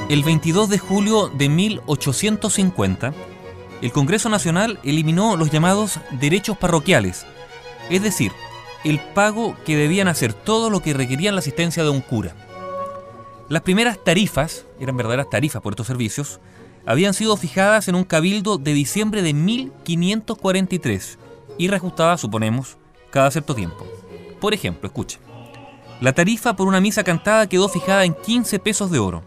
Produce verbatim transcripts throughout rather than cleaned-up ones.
El veintidós de julio de mil ochocientos cincuenta, el Congreso Nacional eliminó los llamados derechos parroquiales, es decir, el pago que debían hacer todo lo que requerían la asistencia de un cura. Las primeras tarifas, eran verdaderas tarifas por estos servicios, habían sido fijadas en un cabildo de diciembre de mil quinientos cuarenta y tres y reajustadas, suponemos, cada cierto tiempo. Por ejemplo, escuche, la tarifa por una misa cantada quedó fijada en quince pesos de oro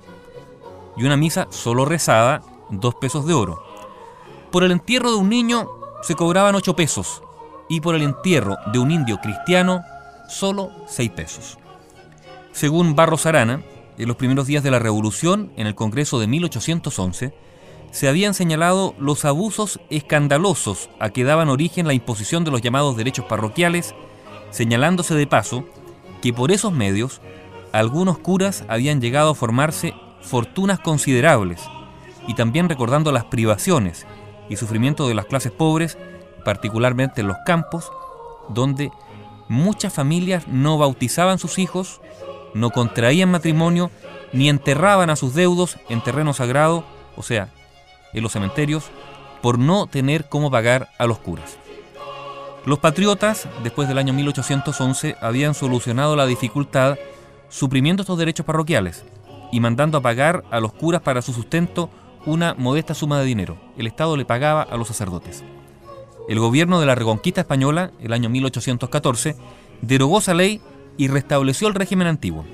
y una misa solo rezada, dos pesos de oro. Por el entierro de un niño se cobraban ocho pesos y por el entierro de un indio cristiano solo seis pesos. Según Barros Arana, en los primeros días de la Revolución, en el Congreso de mil ochocientos once, se habían señalado los abusos escandalosos a que daban origen la imposición de los llamados derechos parroquiales, señalándose de paso que por esos medios algunos curas habían llegado a formarse fortunas considerables, y también recordando las privaciones y sufrimiento de las clases pobres, particularmente en los campos, donde muchas familias no bautizaban sus hijos, no contraían matrimonio, ni enterraban a sus deudos en terreno sagrado, o sea, en los cementerios, por no tener cómo pagar a los curas. Los patriotas, después del año mil ochocientos once, habían solucionado la dificultad suprimiendo estos derechos parroquiales y mandando a pagar a los curas para su sustento una modesta suma de dinero. El Estado le pagaba a los sacerdotes. El gobierno de la Reconquista Española, el año mil ochocientos catorce, derogó esa ley y restableció el régimen antiguo.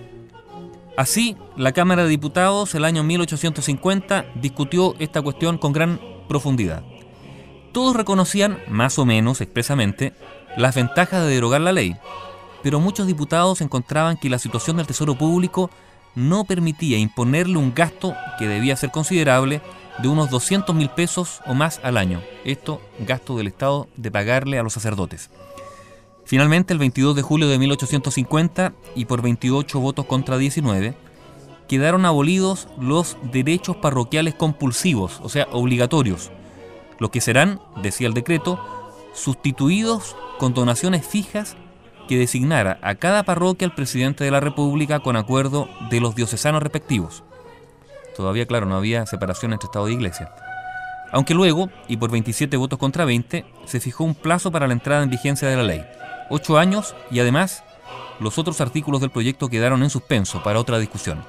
Así, la Cámara de Diputados, el año mil ochocientos cincuenta, discutió esta cuestión con gran profundidad. Todos reconocían, más o menos expresamente, las ventajas de derogar la ley, pero muchos diputados encontraban que la situación del tesoro público no permitía imponerle un gasto que debía ser considerable de unos doscientos mil pesos o más al año. Esto, gasto del Estado de pagarle a los sacerdotes. Finalmente, el veintidós de julio de mil ochocientos cincuenta, y por veintiocho votos contra diecinueve, quedaron abolidos los derechos parroquiales compulsivos, o sea, obligatorios, los que serán, decía el decreto, sustituidos con donaciones fijas que designara a cada parroquia el presidente de la República con acuerdo de los diocesanos respectivos. Todavía, claro, no había separación entre Estado e Iglesia. Aunque luego, y por veintisiete votos contra veinte, se fijó un plazo para la entrada en vigencia de la ley, ocho años, y además los otros artículos del proyecto quedaron en suspenso para otra discusión.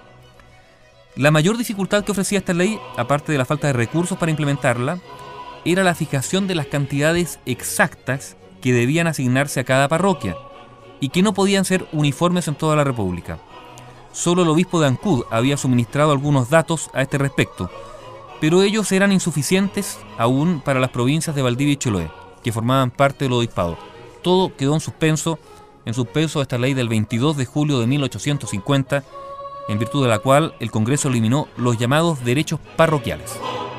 La mayor dificultad que ofrecía esta ley, aparte de la falta de recursos para implementarla, era la fijación de las cantidades exactas que debían asignarse a cada parroquia y que no podían ser uniformes en toda la República. Solo el obispo de Ancud había suministrado algunos datos a este respecto, pero ellos eran insuficientes aún para las provincias de Valdivia y Chiloé, que formaban parte del obispado. Todo quedó en suspenso, en suspenso esta ley del veintidós de julio de mil ochocientos cincuenta, en virtud de la cual el Congreso eliminó los llamados derechos parroquiales.